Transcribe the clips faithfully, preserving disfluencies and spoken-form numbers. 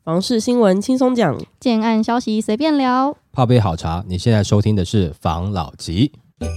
房市新闻轻松讲， 建案消息随便聊， 泡杯好茶。你现在收听的是房老吉。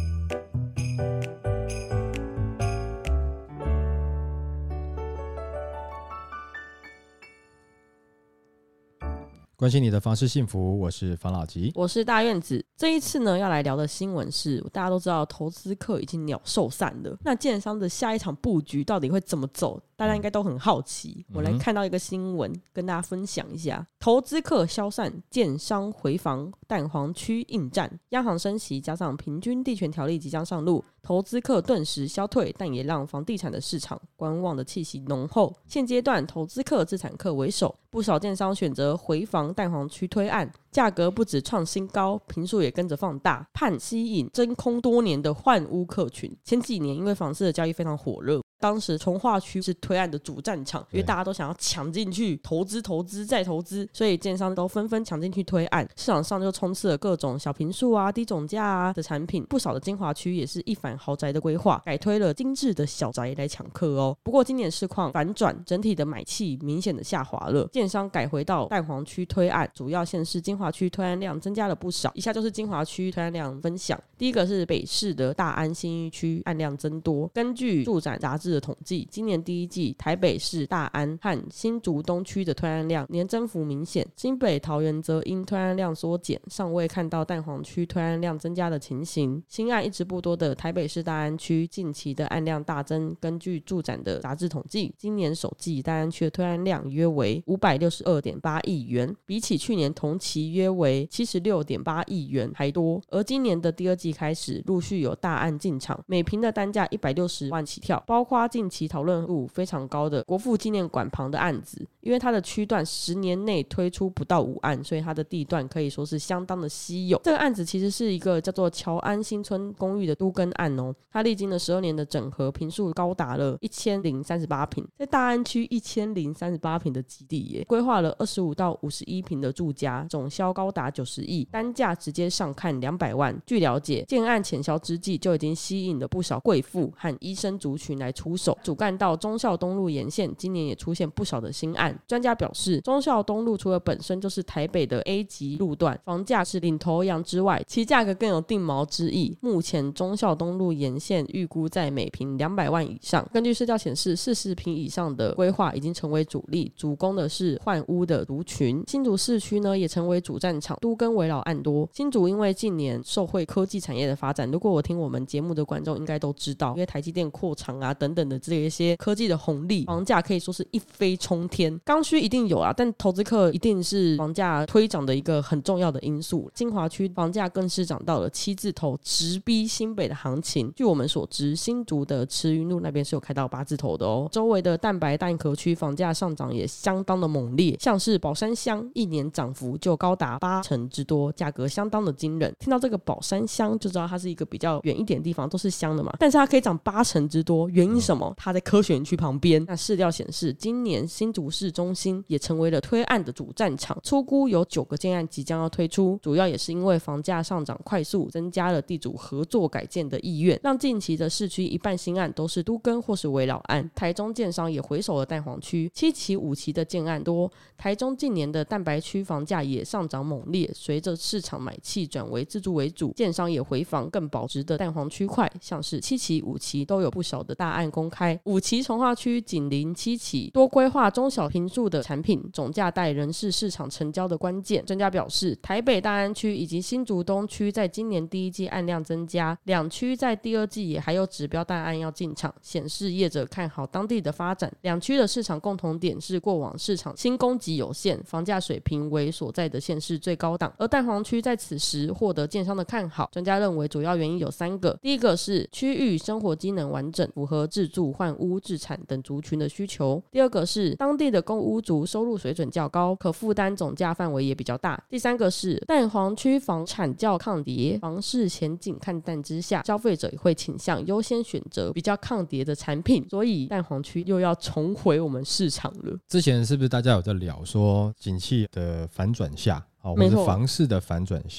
关心你的房市幸福，我是房老吉， 我是大院子。这一次呢，要来聊的新闻是，大家都知道投资客已经鸟兽散了，那建商的下一场布局到底会怎么走？大家应该都很好奇。我来看到一个新闻，跟大家分享一下：投资客消散，建商回防，蛋黄区应战。央行升息加上平均地权条例即将上路，投资客顿时消退，但也让房地产的市场观望的气息浓厚。现阶段投资客、资产客为首，不少建商选择回防蛋黄区推案，价格不止创新高，坪数也跟着放大，盼吸引真空多年的换屋客群。前几年因为房市的交易非常火热，当时从化区是推案的主战场，因为大家都想要抢进去投资投资再投资，所以建商都纷纷抢进去推案，市场上就充斥了各种小坪数啊、低总价啊的产品。不少的精华区也是一反豪宅的规划，改推了精致的小宅来抢客哦。不过今年市况反转，整体的买气明显的下滑了，建商改回到蛋黄区推案，主要县市精华区推案量增加了不少。以下就是精华区推案量分享。第一个是北市的大安信义区案量增多，根据住展杂志的统计，今年第一季台北市大安和新竹东区的推案量年增幅明显，新北桃园则因推案量缩减，尚未看到蛋黄区推案量增加的情形。新案一直不多的台北市大安区近期的案量大增，根据住展的杂志统计，今年首季大安区的推案量约为 五百六十二点八亿元，比起去年同期约为 七十六点八亿元还多。而今年的第二季开始陆续有大案进场，每坪的单价一百六十万起跳，包括近期讨论度非常高的国父纪念馆旁的案子，因为它的区段十年内推出不到五案，所以它的地段可以说是相当的稀有。这个案子其实是一个叫做侨安新村公寓的都更案哦，它历经了十二年的整合，坪数高达了一千零三十八坪，在大安区一千零三十八坪的基地耶，规划了二十五到五十一坪的住家，总销高达九十亿，单价直接上看两百万。据了解，建案潜销之际就已经吸引了不少贵妇和医生族群来出手。主干道忠孝东路沿线今年也出现不少的新案，专家表示，忠孝东路除了本身就是台北的 A 级路段，房价是领头羊之外，其价格更有定锚之意。目前忠孝东路沿线预估在每坪两百万以上，根据市调显示，四十坪以上的规划已经成为主力，主攻的是换屋的族群。新竹市区呢也成为主战场，都更围绕案多。新竹因为近年受惠科技产业的发展，如果我听我们节目的观众应该都知道，因为台积电扩厂啊等等的这一些科技的红利，房价可以说是一飞冲天。刚需一定有啊，但投资客一定是房价推涨的一个很重要的因素。精华区房价更是涨到了七字头，直逼新北的行情。据我们所知，新竹的慈云路那边是有开到八字头的哦，周围的蛋白蛋壳区房价上涨也相当的猛烈，像是宝山乡一年涨幅就高达八成之多，价格相当的惊人。听到这个宝山乡就知道它是一个比较远一点的地方，都是乡的嘛，但是它可以涨八成之多，原因什么？它在科学园区旁边。那市调显示，今年新竹市中心也成为了推案的主战场，初估有九个建案即将要推出，主要也是因为房价上涨快速，增加了地主合作改建的意愿，让近期的市区一半新案都是都更或是围绕案。台中建商也回首了蛋黄区，七期五期的建案多。台中近年的蛋白区房价也上涨猛烈，随着市场买气转为自住为主，建商也回防更保值的蛋黄区块，像是七期五期都有不少的大案公开。五期从化区紧邻七期，多规划中小坪数的产品，总价带仍是市场成交的关键。专家表示，台北大安区以及新竹东区在今年第一季案量增加，两区在第二季也还有指标大案要进场，显示业者看好当地的发展。两区的市场共同点是过往市场新供给有限，房价水平为所在的县市最高档，而蛋黄区在此时获得建商的看好。专家认为主要原因有三个，第一个是区域生活机能完整，符合自住、换屋、置产等族群的需求；第二个是当地的公屋族收入水准较高，可负担总价范围也比较大；第三个是蛋黄区房产较抗跌，房市前景看淡之下，消费者也会倾向优先选择比较抗跌的产品，所以蛋黄区又要重回我们市场了。 之前是不是大家有在聊说景气的反转下，或者房市的反转下，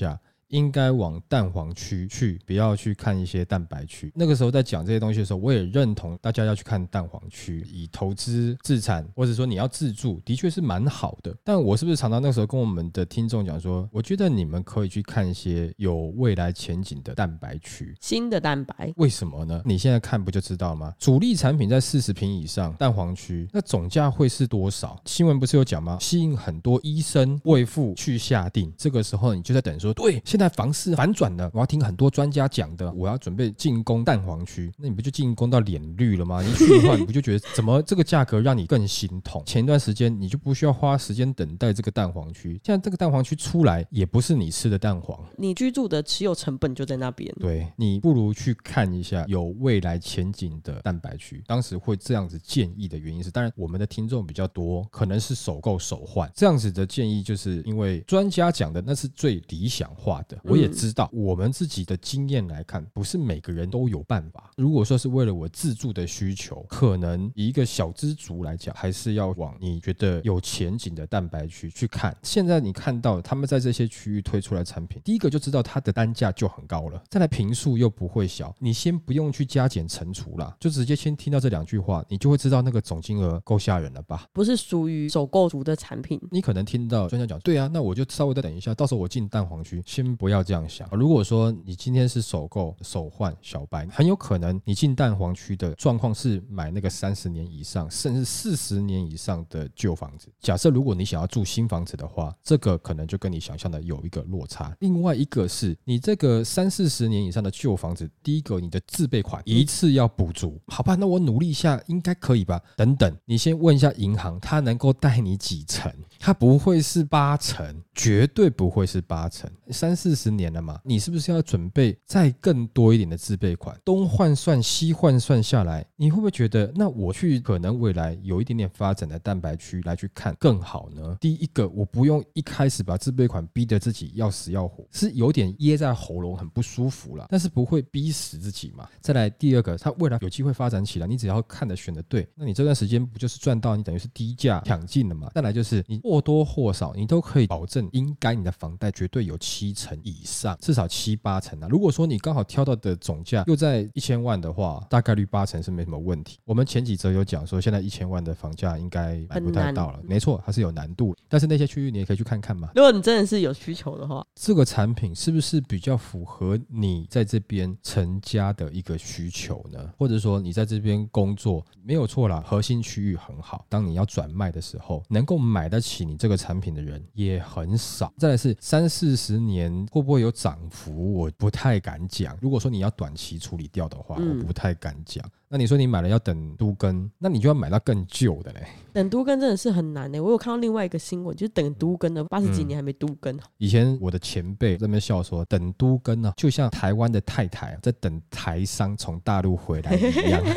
应该往蛋黄区去，不要去看一些蛋白区。那个时候在讲这些东西的时候，我也认同大家要去看蛋黄区，以投资自产或者说你要自住的确是蛮好的。但我是不是常常那时候跟我们的听众讲说，我觉得你们可以去看一些有未来前景的蛋白区， 新的蛋白。 为什么呢？你现在看不就知道吗？主力产品在四十坪以上蛋黄区，那总价会是多少？新闻不是有讲吗？吸引很多医生卫妇去下定，这个时候你就在等说，对，现在房市反转了，我要听很多专家讲的，我要准备进攻蛋黄区，那你不就进攻到脸绿了吗？一去的话，你不就觉得怎么这个价格让你更心痛？前一段时间你就不需要花时间等待这个蛋黄区，现在这个蛋黄区出来也不是你吃的蛋黄， 你居住的持有成本就在那边。 对，你不如去看一下有未来前景的蛋白区。当时会这样子建议的原因是，当然我们的听众比较多，可能是首购首换，这样子的建议就是因为专家讲的那是最理想化的，我也知道我们自己的经验来看，不是每个人都有办法。如果说是为了我自住的需求，可能以一个小资族来讲，还是要往你觉得有前景的蛋白区去看。现在你看到他们在这些区域推出来的产品，第一个就知道它的单价就很高了，再来坪数又不会小，你先不用去加减乘除啦，就直接先听到这两句话，你就会知道那个总金额够吓人了吧？ 不是属于首购族的产品。 你可能听到专家讲，对啊，那我就稍微再等一下，到时候我进蛋黄区，先不要这样想。如果说你今天是首购首换小白，很有可能你进蛋黄区的状况是买那个三十年以上甚至四十年以上的旧房子。假设如果你想要住新房子的话，这个可能就跟你想象的有一个落差。另外一个是你这个三四十年以上的旧房子，第一个你的自备款一次要补足，好吧，那我努力一下应该可以吧，等等，你先问一下银行他能够贷你几成，他不会是八成，绝对不会是八成，三四十年了嘛，你是不是要准备再更多一点的自备款？东换算西换算下来，你会不会觉得那我去可能未来有一点点发展的蛋白区来去看更好呢？第一个，我不用一开始把自备款逼得自己要死要活，是有点噎在喉咙很不舒服啦，但是不会逼死自己嘛。再来第二个，它未来有机会发展起来，你只要看的选的对，那你这段时间不就是赚到你等于是低价抢进了嘛？再来就是你或多或少你都可以保证应该你的房贷绝对有七成以上，至少七八成啊。如果说你刚好挑到的总价又在一千万的话，大概率八成是没什么问题。我们前几则有讲说现在一千万的房价应该买不太到了，没错，它是有难度，但是那些区域你也可以去看看嘛。 如果你真的是有需求的话， 这个产品是不是比较符合你在这边成家的一个需求呢？或者说你在这边工作没有错啦，核心区域很好，当你要转卖的时候，能够买得起你这个产品的人也很少。再来是三四十年会不会有涨幅，我不太敢讲。如果说你要短期处理掉的话， 嗯、 我不太敢讲。那你说你买了要等都更，那你就要买到更旧的嘞。 等都更真的是很难的。我有看到另外一个新闻，就是等都更的八十几年还没都更、嗯。 以前我的前辈在那边笑说，等都更啊，就像台湾的太太在等台商从大陆回来一样。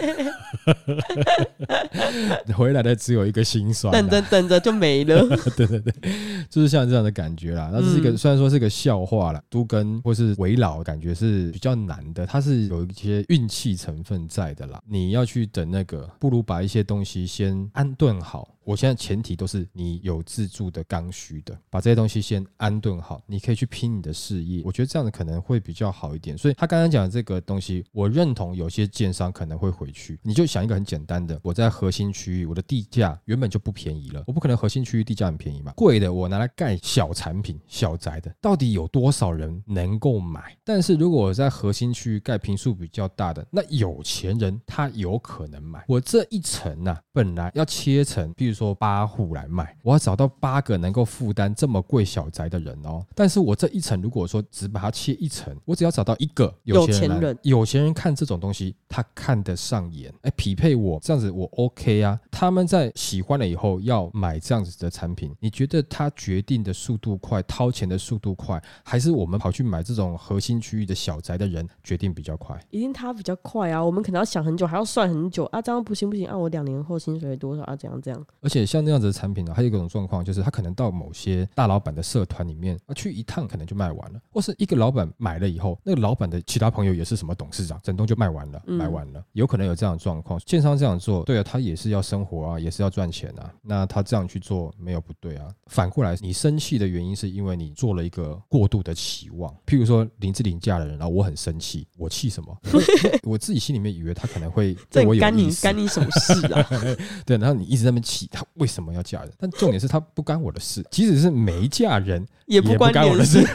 回来的只有一个心酸， 等着等着就没了。 对对对，就是像这样的感觉啦。那这是一个、嗯、虽然说是个笑话啦，都更或是危老感觉是比较难的，它是有一些运气成分在的啦。你要去等那个，不如把一些东西先安顿好。我现在前提都是你有自住的刚需的，把这些东西先安顿好，你可以去拼你的事业，我觉得这样子可能会比较好一点。所以他刚刚讲的这个东西，我认同有些建商可能会回去。你就想一个很简单的，我在核心区域，我的地价原本就不便宜了，我不可能核心区域地价很便宜嘛，贵的我拿来盖小产品小宅的，到底有多少人能够买？但是如果我在核心区域盖坪数比较大的，那有钱人他有可能买。我这一层啊，本来要切成比如说八户来卖，我要找到八个能够负担这么贵小宅的人哦。但是我这一层如果说只把它切一层，我只要找到一个有钱 人, 有, 钱人有钱人看这种东西他看得上眼，哎，匹配我这样子我 OK 啊。他们在喜欢了以后要买这样子的产品，你觉得他决定的速度快，掏钱的速度快，还是我们跑去买这种核心区域的小宅的人决定比较快？ 一定他比较快啊，我们可能要想很久，还要算很久啊，这样不行不行啊，我两年后薪水多少啊，怎样怎样。 而且像那样子的产品呢、啊，还有一种状况就是他可能到某些大老板的社团里面啊，去一趟可能就卖完了，或是一个老板买了以后，那个老板的其他朋友也是什么董事长，整栋就卖完了，卖完了，有可能有这样的状况。建商这样做，对啊，他也是要生活啊，也是要赚钱啊，那他这样去做没有不对啊。反过来，你生气的原因是因为你做了一个过度的期望，譬如说林志玲嫁了人，然后我很生气，我气什么？我自己心里面以为他可能会对我有意思， 干你干你什么事啊？ 对，然后你一直在那边气他为什么要嫁人，但重点是他不干我的事，即使是没嫁人也不关我的事。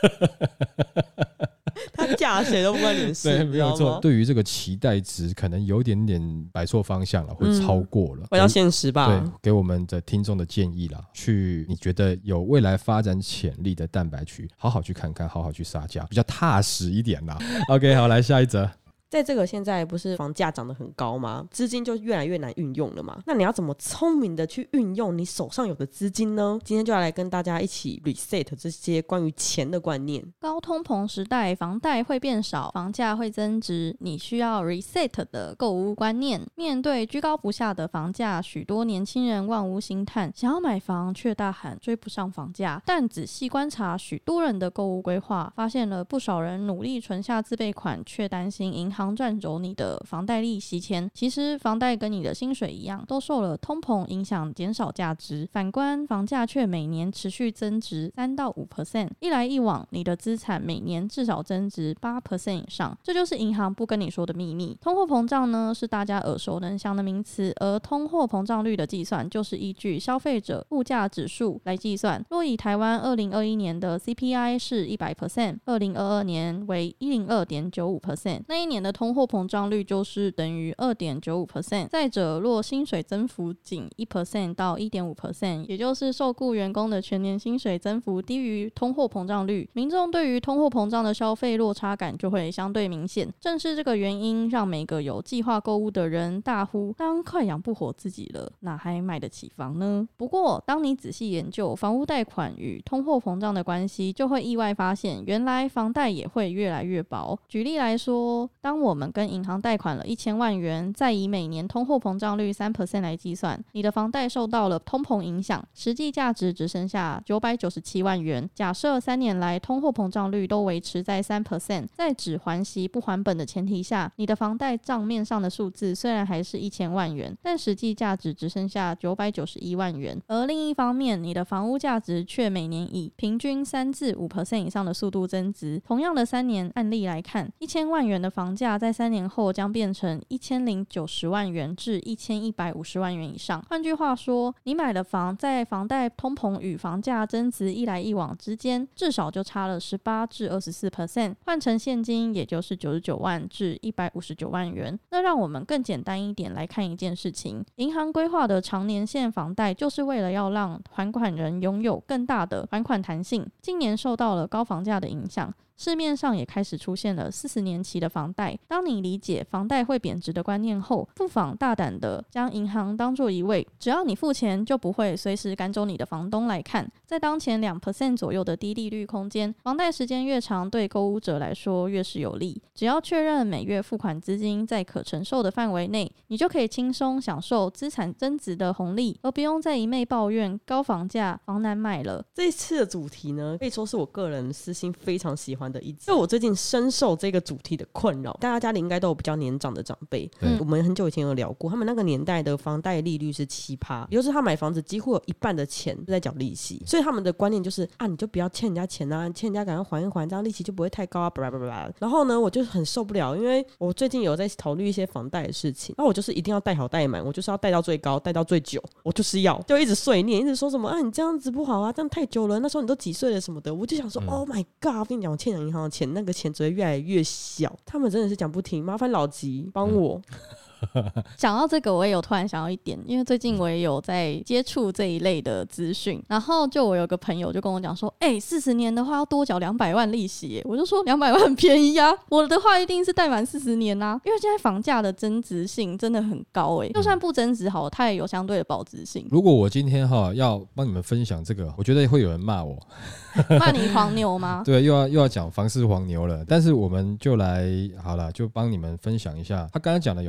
他嫁谁都不关你的事， 对，没有错。对于这个期待值，可能有点点摆错方向了，或者超过了， 回到现实吧。 对，给我们的听众的建议啦，去你觉得有未来发展潜力的蛋白区，好好去看看，好好去杀价，比较踏实一点啦。OK， 好，来下一则。 在这个现在不是房价涨得很高吗？资金就越来越难运用了嘛。那你要怎么聪明的去运用你手上有的资金呢？今天就要来跟大家一起 reset 这些关于钱的观念。 高通膨时代，房贷会变少，房价会增值，你需要 reset 的购物观念。面对居高不下的房价，许多年轻人望屋兴叹，想要买房却大喊追不上房价。但仔细观察许多人的购物规划，发现了不少人努力存下自备款，却担心银行赚走你的房贷利息钱。其实房贷跟你的薪水一样，都受了通膨影响减少价值，反观房价却每年持续增值 百分之三到五， 一来一往，你的资产每年至少增值 百分之八 以上。这就是银行不跟你说的秘密。通货膨胀呢，是大家耳熟能详的名词，而通货膨胀率的计算就是依据消费者物价指数来计算。若以台湾二零二一年的 C P I 是 百分之百， 二零二二年为 百分之一零二点九五， 那一年的通货膨胀率就是等于 百分之二点九五。 再者，若薪水增幅仅 百分之一 到 百分之一点五， 也就是受雇员工的全年薪水增幅低于通货膨胀率，民众对于通货膨胀的消费落差感就会相对明显。正是这个原因，让每个有计划购物的人大呼当快养不活自己了，哪还买得起房呢？不过当你仔细研究房屋贷款与通货膨胀的关系，就会意外发现原来房贷也会越来越薄。举例来说，当我们跟银行贷款了一千万元，再以每年通货膨胀率 百分之三 来计算，你的房贷受到了通膨影响，实际价值只剩下九百九十七万元。假设三年来通货膨胀率都维持在 百分之三， 在只还息不还本的前提下，你的房贷账面上的数字虽然还是一千万元，但实际价值只剩下九百九十一万元。而另一方面，你的房屋价值却每年以平均三至 百分之五 以上的速度增值。同样的三年案例来看，一千万元的房价在三年后将变成一千零九十万元至一千一百五十万元以上。换句话说，你买的房在房贷通膨与房价增值一来一往之间，至少就差了十八至二十四 percent， 换成现金也就是九十九万至一百五十九万元。那让我们更简单一点来看一件事情，银行规划的长年限房贷就是为了要让还款人拥有更大的还款弹性。今年受到了高房价的影响，市面上也开始出现了四十年期的房贷。当你理解房贷会贬值的观念后，不妨大胆的将银行当作一位只要你付钱就不会随时赶走你的房东来看。在当前 百分之二 左右的低利率空间，房贷时间越长，对购屋者来说越是有利。只要确认每月付款资金在可承受的范围内，你就可以轻松享受资产增值的红利，而不用再一昧抱怨高房价房难买了。 这一次的主题呢，可以说是我个人私心非常喜欢的一集，因为我最近深受这个主题的困扰。大家家里应该都有比较年长的长辈，嗯、我们很久以前有聊过，他们那个年代的房贷利率是 百分之七， 也就是他买房子几乎有一半的钱是在缴利息，所以他们的观念就是啊，你就不要欠人家钱啊，欠人家赶快还一还，这样利息就不会太高啊，巴拉巴拉。然后呢，我就很受不了，因为我最近有在考虑一些房贷的事情，那我就是一定要贷好贷满，我就是要贷到最高，贷到最久，我就是要就一直碎念，一直说什么啊，你这样子不好啊，这样太久了，那时候你都几岁了什么的，我就想说、嗯、Oh my god， 我跟你讲，我欠银行的钱，那个钱只会越来越小，他们真的是讲不听，麻烦老吉帮我。嗯讲到这个，我也有突然想到一点，因为最近我也有在接触这一类的资讯，然后就我有个朋友就跟我讲说，哎、欸，四十年的话要多缴两百万利息耶，我就说两百万很便宜啊，我的话一定是贷满四十年啊，因为现在房价的增值性真的很高哎，就算不增值好，它也有相对的保值性。 如果我今天哈要帮你们分享这个，我觉得会有人骂我， 骂你黄牛吗？ 对，又要又要讲房市黄牛了，但是我们就来好了，就帮你们分享一下，他刚才讲的有没有道理？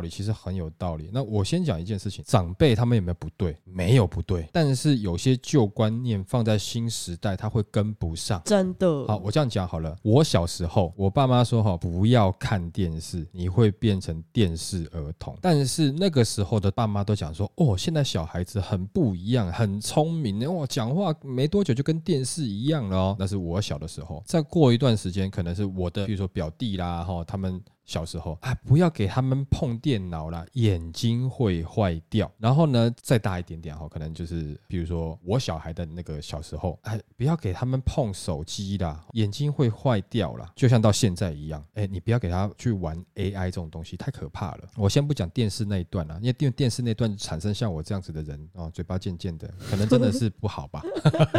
其实很有道理。那我先讲一件事情，长辈他们有没有不对？没有不对，但是有些旧观念放在新时代，他会跟不上。 真的。 好，我这样讲好了。我小时候，我爸妈说不要看电视，你会变成电视儿童。但是那个时候的爸妈都讲说，哦，现在小孩子很不一样，很聪明，哇，讲话没多久就跟电视一样了哦。那是我小的时候。再过一段时间，可能是我的，比如说表弟啦，他们小时候啊，不要给他们碰电脑啦，眼睛会坏掉。然后呢，再大一点点可能就是比如说我小孩的那个小时候，哎，不要给他们碰手机啦，眼睛会坏掉啦。就像到现在一样，哎，你不要给他去玩 A I 这种东西，太可怕了。我先不讲电视那一段啦，因为电视那段产生像我这样子的人哦，嘴巴贱贱的，可能真的是不好吧。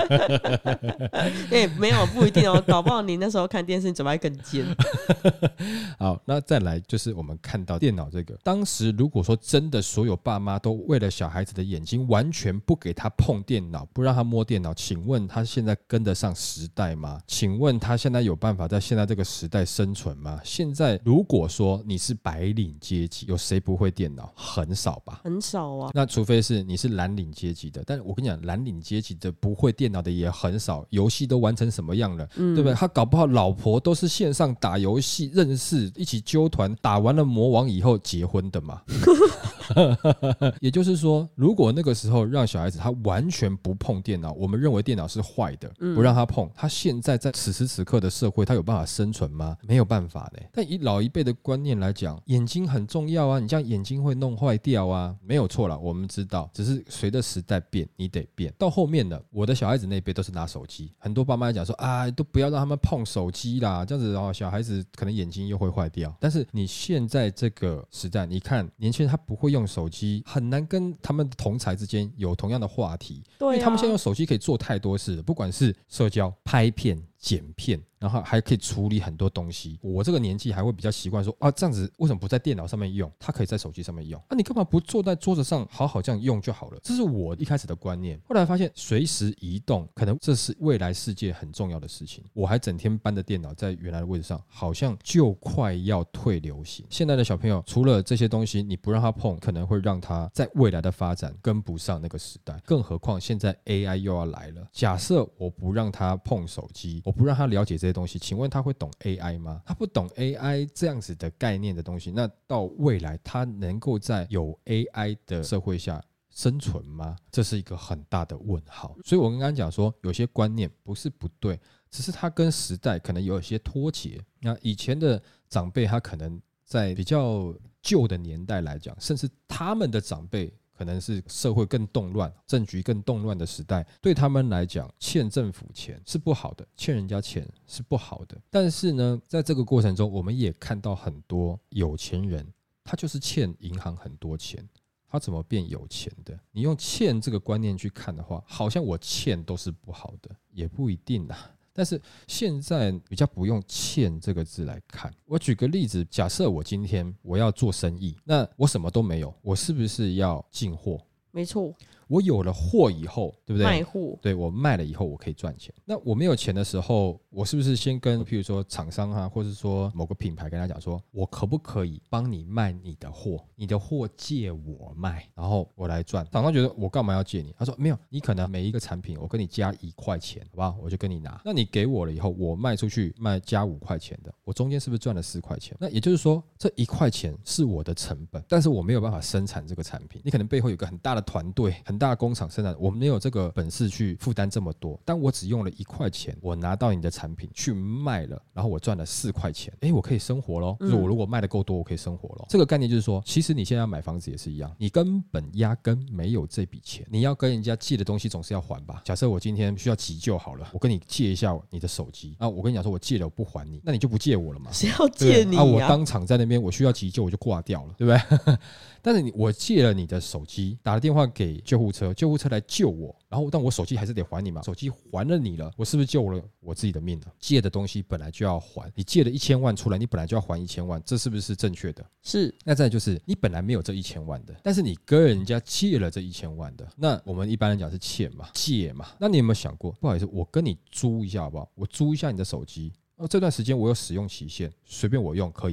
哎，没有，不一定哦，搞不好你那时候看电视嘴巴更尖。 好，那再来就是我们看到电脑这个，当时如果说真的所有爸妈都为了小孩子的眼睛完全不给他碰电脑，不让他摸电脑，请问他现在跟得上时代吗？请问他现在有办法在现在这个时代生存吗？现在如果说你是白领阶级，有谁不会电脑？很少吧， 很少啊。 那除非是你是蓝领阶级的，但是我跟你讲，蓝领阶级的不会电脑的也很少，游戏都玩成什么样了，嗯、对不对？他搞不好老婆都是线上打游戏认识，一起揪团打完了魔王以后结婚的嘛。也就是说，如果那个时候让小孩子他完全不碰电脑，我们认为电脑是坏的，不让他碰，他现在在此时此刻的社会他有办法生存吗？没有办法的。但以老一辈的观念来讲，眼睛很重要啊，你这样眼睛会弄坏掉啊，没有错啦，我们知道，只是随着时代变你得变。到后面呢，我的小孩子那辈都是拿手机，很多爸妈讲说啊，都不要让他们碰手机啦，这样子哦，小孩子可能眼睛又会坏掉。但是你现在这个时代，你看年轻人他不会用手机，很难跟他们同侪之间有同样的话题， 对啊， 因为他们现在用手机可以做太多事了，不管是社交、拍片、剪片，然后还可以处理很多东西。我这个年纪还会比较习惯说啊，这样子为什么不在电脑上面用？它可以在手机上面用啊，你干嘛不坐在桌子上好好这样用就好了？这是我一开始的观念。后来发现随时移动，可能这是未来世界很重要的事情。我还整天搬着电脑在原来的位置上，好像就快要退流行。现在的小朋友除了这些东西你不让他碰，可能会让他在未来的发展跟不上那个时代。更何况现在 A I 又要来了，假设我不让他碰手机，我不让他了解这些东西，请问他会懂 A I 吗？他不懂 A I 这样子的概念的东西，那到未来他能够在有 A I 的社会下生存吗？这是一个很大的问号。所以我刚刚讲说，有些观念不是不对，只是他跟时代可能有一些脱节。那以前的长辈他可能在比较旧的年代来讲，甚至他们的长辈可能是社会更动乱、政局更动乱的时代，对他们来讲，欠政府钱是不好的，欠人家钱是不好的。但是呢，在这个过程中，我们也看到很多有钱人，他就是欠银行很多钱，他怎么变有钱的？你用欠这个观念去看的话，好像我欠都是不好的，也不一定啦。但是现在比较不用欠这个字来看。我举个例子，假设我今天我要做生意，那我什么都没有，我是不是要进货？ 没错， 我有了货以后，对不对？ 卖货， 对，我卖了以后我可以赚钱。那我没有钱的时候，我是不是先跟譬如说厂商啊，或者说某个品牌跟他讲说，我可不可以帮你卖你的货？你的货借我卖，然后我来赚。厂商觉得我干嘛要借你？他说没有，你可能每一个产品我跟你加一块钱，好不好？我就跟你拿。那你给我了以后，我卖出去卖加五块钱的，我中间是不是赚了四块钱？那也就是说，这一块钱是我的成本，但是我没有办法生产这个产品。你可能背后有个很大的团队，很大的工厂生产，我没有这个本事去负担这么多。但我只用了一块钱，我拿到你的产品去卖了，然后我赚了四块钱，哎，我可以生活咯。就是我如果卖的够多，我可以生活咯。这个概念就是说，其实你现在要买房子也是一样，你根本压根没有这笔钱，你要跟人家借的东西总是要还吧。假设我今天需要急救好了，我跟你借一下你的手机啊，我跟你讲说我借了我不还你，那你就不借我了嘛？ 谁要借你啊？ 啊，我当场在那边我需要急救我就挂掉了，对不对？但是你我借了你的手机，打了电话给救护车，救护车来救我，然后但我手机还是得还你嘛，手机还了你了，我是不是救了我自己的命了？借的东西本来就要还，你借了一千万出来，你本来就要还一千万，这是不是正确的？ 是。 那再来就是你本来没有这一千万的，但是你跟人家借了这一千万的，那我们一般人讲是欠嘛，借嘛。那你有没有想过，不好意思，我跟你租一下好不好？我租一下你的手机，哦，这段时间我有使用期限，随便我用可以吗？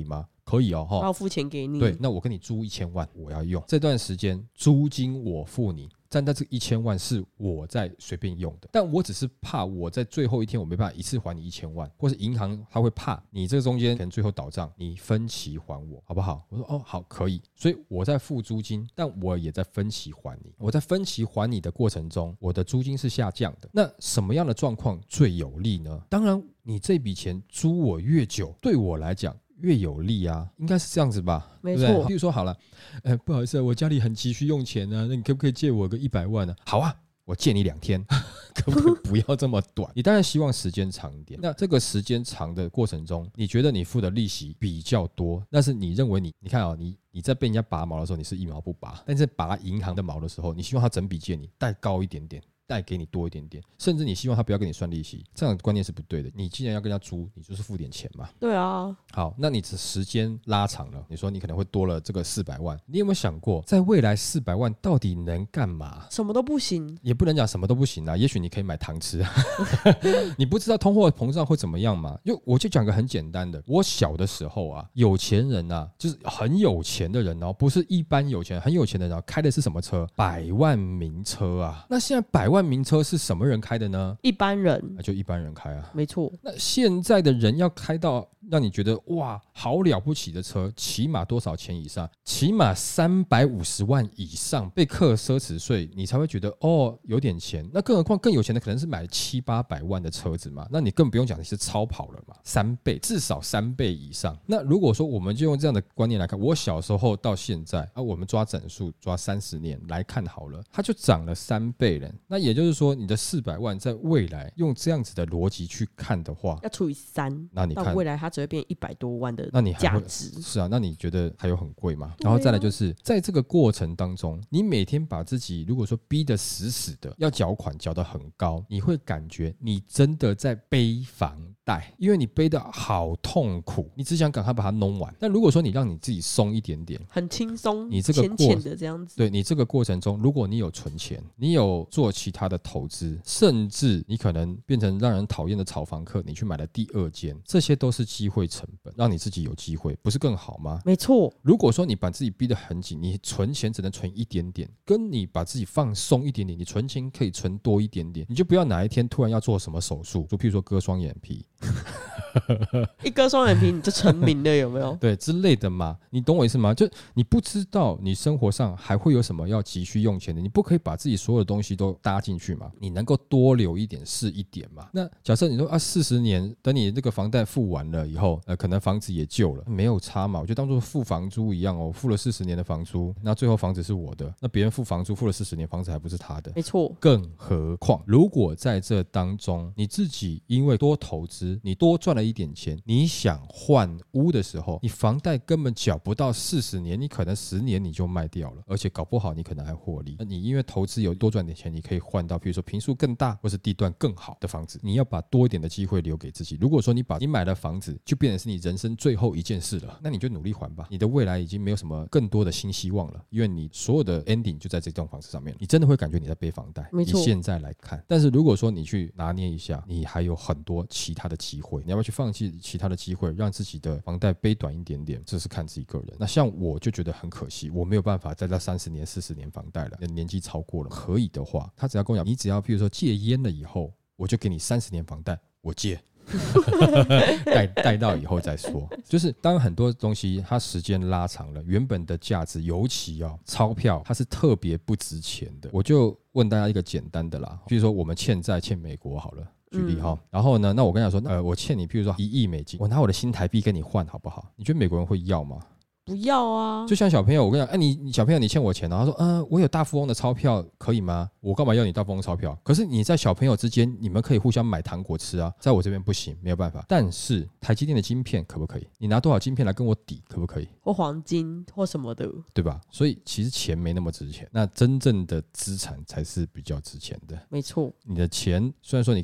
可以哦， 然后付钱给你。 对，那我跟你租一千万，我要用这段时间租金我付你。但这一千万是我在随便用的，但我只是怕我在最后一天我没办法一次还你一千万，或是银行他会怕你这个中间可能最后倒账，你分期还我好不好？我说哦好可以，所以我在付租金，但我也在分期还你。我在分期还你的过程中，我的租金是下降的。那什么样的状况最有利呢？当然，你这笔钱租我越久，对我来讲越有利啊，应该是这样子吧？ 没错。 譬如说好了，呃，不好意思，我家里很急需用钱啊，那你可不可以借我个一百万呢、啊？好啊。我借你两天，可不可以不要这么短？你当然希望时间长一点。那这个时间长的过程中，你觉得你付的利息比较多，但是你认为你，你看啊、哦，你你在被人家拔毛的时候，你是一毛不拔，但是拔银行的毛的时候，你希望他整笔借你贷高一点点。贷给你多一点点，甚至你希望他不要跟你算利息，这样的观念是不对的。你既然要跟他租，你就是付点钱嘛。 对啊。 好，那你时间拉长了，你说你可能会多了这个四百万，你有没有想过，在未来四百万到底能干嘛？ 什么都不行， 也不能讲什么都不行啊。也许你可以买糖吃，你不知道通货膨胀会怎么样嘛？就我就讲个很简单的，我小的时候啊，有钱人啊，就是很有钱的人哦，不是一般有钱，很有钱的人、啊、开的是什么车？百万名车啊。那现在百万名车是什么人开的呢？ 一般人， 就一般人开啊， 没错。 那现在的人要开到让你觉得哇好了不起的车，起码多少钱以上？起码三百五十万以上被课奢侈税，你才会觉得哦有点钱。那更何况更有钱的可能是买七八百万的车子嘛，那你更不用讲你是超跑了嘛，三倍至少三倍以上。那如果说我们就用这样的观念来看，我小时候到现在啊，我们抓整数抓三十年来看好了，它就涨了三倍了。那也就是说，你的四百万在未来用这样子的逻辑去看的话， 要除以三， 那你看到未来它只会变一百多万的价值。 是啊，那你觉得还有很贵吗？然后再来就是、啊、在这个过程当中，你每天把自己如果说逼得死死的，要缴款缴得很高，你会感觉你真的在背房贷，因为你背得好痛苦，你只想赶快把它弄完。但如果说你让你自己松一点点， 很轻松， 你这个浅浅的这样子， 对，你这个过程中，如果你有存钱，你有做其他的投资，甚至你可能变成让人讨厌的炒房客，你去买了第二间，这些都是机会成本，让你自己有机会，不是更好吗？ 没错。 如果说你把自己逼得很紧，你存钱只能存一点点，跟你把自己放松一点点，你存钱可以存多一点点，你就不要哪一天突然要做什么手术，就譬如说割双眼皮一割双眼皮你就成名了，有没有？ 对之类的嘛，你懂我意思吗？就你不知道你生活上还会有什么要急需用钱的，你不可以把自己所有的东西都搭进去嘛，你能够多留一点是一点嘛。那假设你说啊，四十年等你这个房贷付完了以后，呃，可能房子也旧了，没有差嘛，我就当做付房租一样哦，付了四十年的房租，那最后房子是我的，那别人付房租付了四十年，房子还不是他的， 没错。 更何况，如果在这当中你自己因为多投资，你多赚了一点钱，你想换屋的时候，你房贷根本缴不到四十年，你可能十年你就卖掉了，而且搞不好你可能还获利。你因为投资有多赚点钱，你可以换到比如说坪数更大或是地段更好的房子，你要把多一点的机会留给自己。如果说你把你买了房子就变成是你人生最后一件事了，那你就努力还吧，你的未来已经没有什么更多的新希望了，因为你所有的 ending 就在这栋房子上面，你真的会感觉你在背房贷， 没错。 以现在来看，但是如果说你去拿捏一下，你还有很多其他的机会，你要不要去放弃其他的机会，让自己的房贷背短一点点，这是看自己个人。那像我就觉得很可惜，我没有办法再到三十年四十年房贷了，年纪超过了。可以的话，他只要跟我讲，你只要譬如说戒烟了以后，我就给你三十年房贷，我戒带, 带到以后再说。就是当很多东西它时间拉长了，原本的价值，尤其哦钞票它是特别不值钱的。我就问大家一个简单的啦，比如说我们欠债欠美国好了，举例哈、嗯，然后呢，那我跟你讲说，呃，我欠你，譬如说一亿美金，我拿我的新台币跟你换好不好？你觉得美国人会要吗？ 不要啊！ 就像小朋友，我跟你讲，哎、啊，你你小朋友你欠我钱，然后他说，嗯、呃，我有大富翁的钞票，可以吗？我干嘛要你大富翁钞票？可是你在小朋友之间，你们可以互相买糖果吃啊，在我这边不行，没有办法。但是台积电的晶片可不可以？你拿多少晶片来跟我抵，可不可以？ 或黄金或什么的， 对吧？所以其实钱没那么值钱，那真正的资产才是比较值钱的。 没错， 你的钱虽然说你看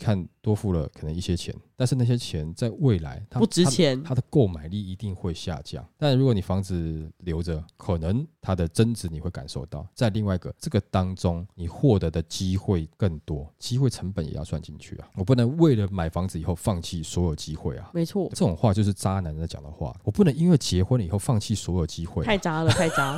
多付了可能一些钱，但是那些钱在未来它不值钱， 它的购买力一定会下降。但如果你房子留着，可能它的增值你会感受到。在另外一个这个当中，你获得的机会更多，机会成本也要算进去啊。我不能为了买房子以后放弃所有机会啊。 没错， 这种话就是渣男在讲的话。我不能因为结婚了以后放弃所有机会、啊， 太渣了，太渣。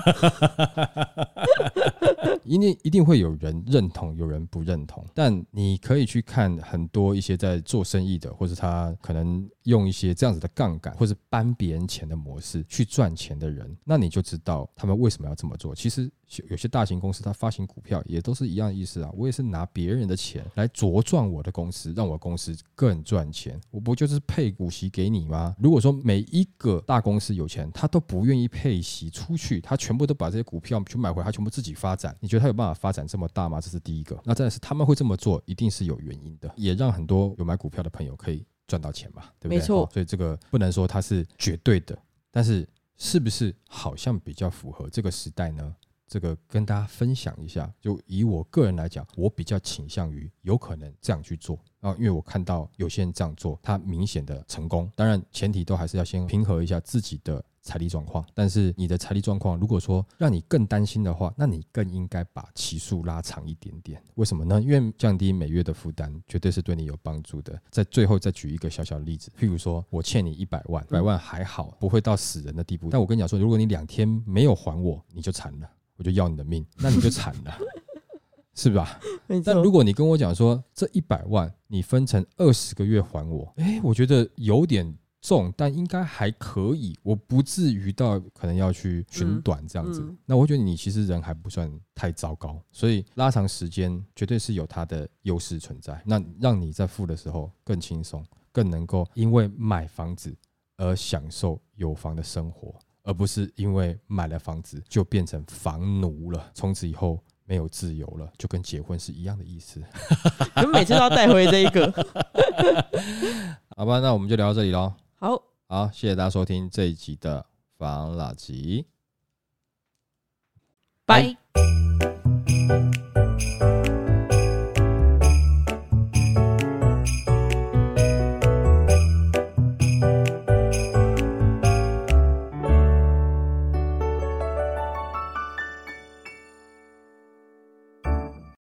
一定一定会有人认同，有人不认同。但你可以去看很多一些在做生意的，或者他可能用一些这样子的杠杆，或是搬别人钱的模式去赚钱的人，那你就知道他们为什么要这么做。其实有些大型公司它发行股票也都是一样的意思啊，我也是拿别人的钱来茁壮我的公司，让我的公司更赚钱，我不就是配股息给你吗？如果说每一个大公司有钱，他都不愿意配息出去，他全部都把这些股票去买回来，他全部自己发展，你觉得他有办法发展这么大吗？这是第一个。那再来是他们会这么做一定是有原因的，也让很多有买股票的朋友可以赚到钱嘛，对不对？ 没错、 哦、所以这个不能说它是绝对的，但是是不是好像比较符合这个时代呢？这个跟大家分享一下，就以我个人来讲，我比较倾向于有可能这样去做啊，因为我看到有些人这样做，他明显的成功。当然，前提都还是要先平衡一下自己的财力状况。但是你的财力状况如果说让你更担心的话，那你更应该把期数拉长一点点。为什么呢？因为降低每月的负担绝对是对你有帮助的。在最后再举一个小小的例子，譬如说我欠你一百万，一百万还好，不会到死人的地步。但我跟你讲说，如果你两天没有还我，你就惨了，我就要你的命，那你就惨了。是吧？但如果你跟我讲说这一百万你分成二十个月还我，哎，我觉得有点重，但应该还可以，我不至于到可能要去寻短这样子、嗯嗯、那我觉得你其实人还不算太糟糕，所以拉长时间绝对是有它的优势存在，那让你在付的时候更轻松，更能够因为买房子而享受有房的生活，而不是因为买了房子就变成房奴了，从此以后没有自由了，就跟结婚是一样的意思。 你们每次都要带回这一个。 好吧，那我们就聊到这里咯。 好， 好，谢谢大家收听这一集的房老吉， 拜。